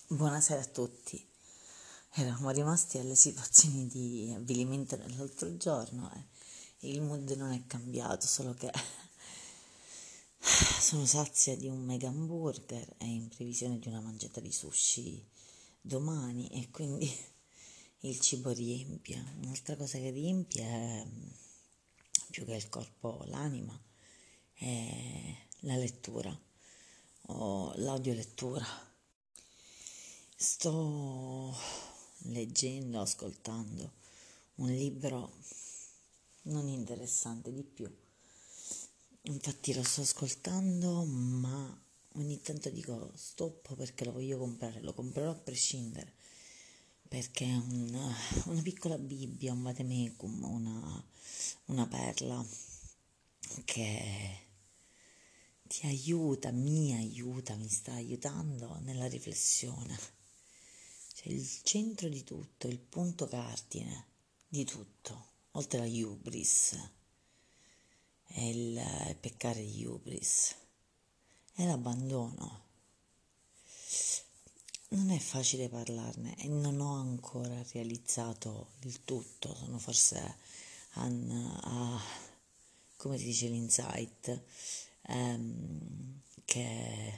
Buonasera a tutti. Eravamo rimasti alle situazioni di avvilimento dell'altro giorno e il mood non è cambiato, solo che sono sazia di un mega hamburger e in previsione di una mangiata di sushi domani e quindi il cibo riempie. Un'altra cosa che riempie è, più che il corpo, l'anima, è la lettura o l'audiolettura. Sto leggendo, ascoltando un libro non interessante di più. Infatti lo sto ascoltando, ma ogni tanto dico stop perché lo voglio comprare, lo comprerò a prescindere, perché è una piccola Bibbia, un vademecum, una perla che ti aiuta, mi sta aiutando nella riflessione. Cioè il centro di tutto, il punto cardine di tutto, oltre alla hubris, è il peccare di hubris, è l'abbandono. Non è facile parlarne e non ho ancora realizzato il tutto, sono forse come si dice, l'insight, che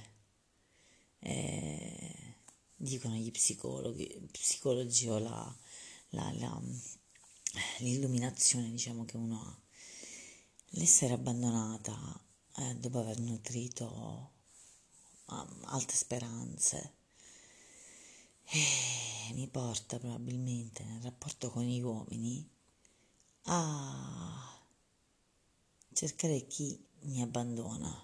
dicono gli psicologi o la- la- l'illuminazione, diciamo, che uno ha. L'essere abbandonata dopo aver nutrito alte speranze mi porta probabilmente nel rapporto con gli uomini a cercare chi mi abbandona.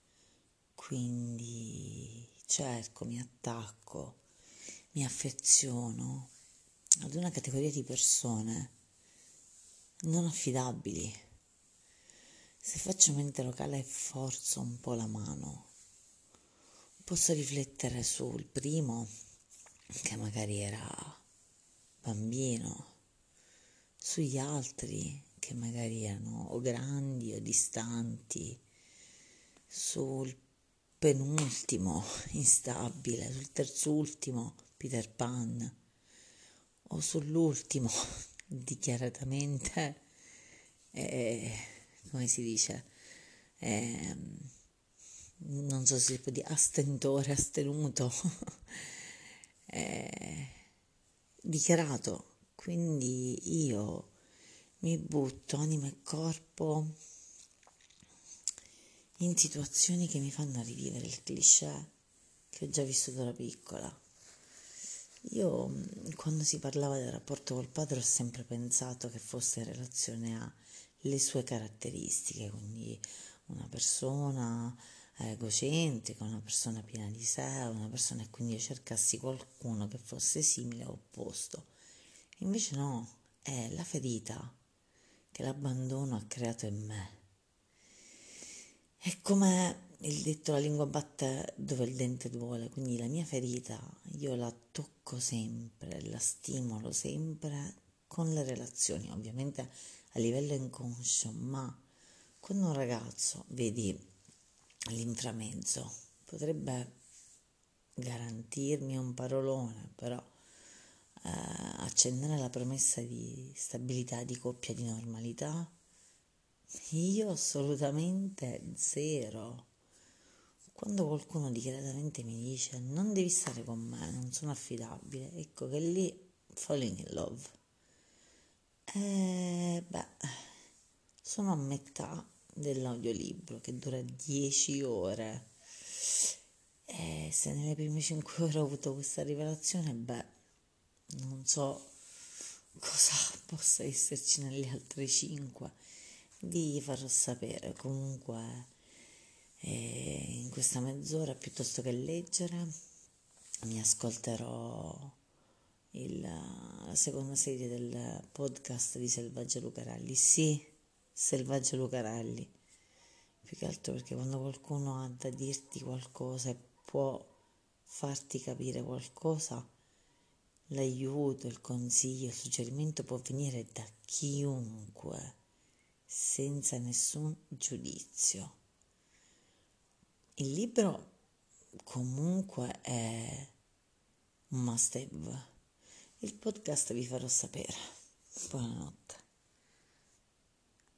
Quindi cerco, mi attacco, mi affeziono ad una categoria di persone non affidabili. Se faccio mente locale e forzo un po' la mano, posso riflettere sul primo, che magari era bambino, sugli altri, che magari erano o grandi o distanti, sul penultimo instabile, sul terzultimo Peter Pan o sull'ultimo dichiaratamente, come si dice, non so se si può dire astentore, astenuto, eh, dichiarato. Quindi io mi butto anima e corpo in situazioni che mi fanno rivivere il cliché che ho già vissuto da piccola. Io quando si parlava del rapporto col padre ho sempre pensato che fosse in relazione alle sue caratteristiche, quindi una persona egocentrica, una persona piena di sé, una persona che quindi io cercassi qualcuno che fosse simile o opposto. Invece no, è la ferita che l'abbandono ha creato in me. È come il detto la lingua batte dove il dente duole, quindi la mia ferita io la tocco sempre, la stimolo sempre con le relazioni, ovviamente a livello inconscio, ma quando un ragazzo, vedi l'inframezzo, potrebbe garantirmi un parolone, però accendere la promessa di stabilità, di coppia, di normalità, io assolutamente zero. Quando qualcuno dichiaratamente mi dice non devi stare con me, non sono affidabile, ecco che lì falling in love. Beh, sono a metà dell'audiolibro che dura 10 ore. E se nelle prime 5 ore ho avuto questa rivelazione, beh, non so cosa possa esserci nelle altre 5. Vi farò sapere. Comunque, in questa mezz'ora, piuttosto che leggere, mi ascolterò la seconda serie del podcast di Selvaggia Lucarelli. Sì, Selvaggia Lucarelli. Più che altro perché quando qualcuno ha da dirti qualcosa e può farti capire qualcosa, l'aiuto, il consiglio, il suggerimento può venire da chiunque, senza nessun giudizio. Il libro comunque è un must have. Il podcast vi farò sapere. Buonanotte.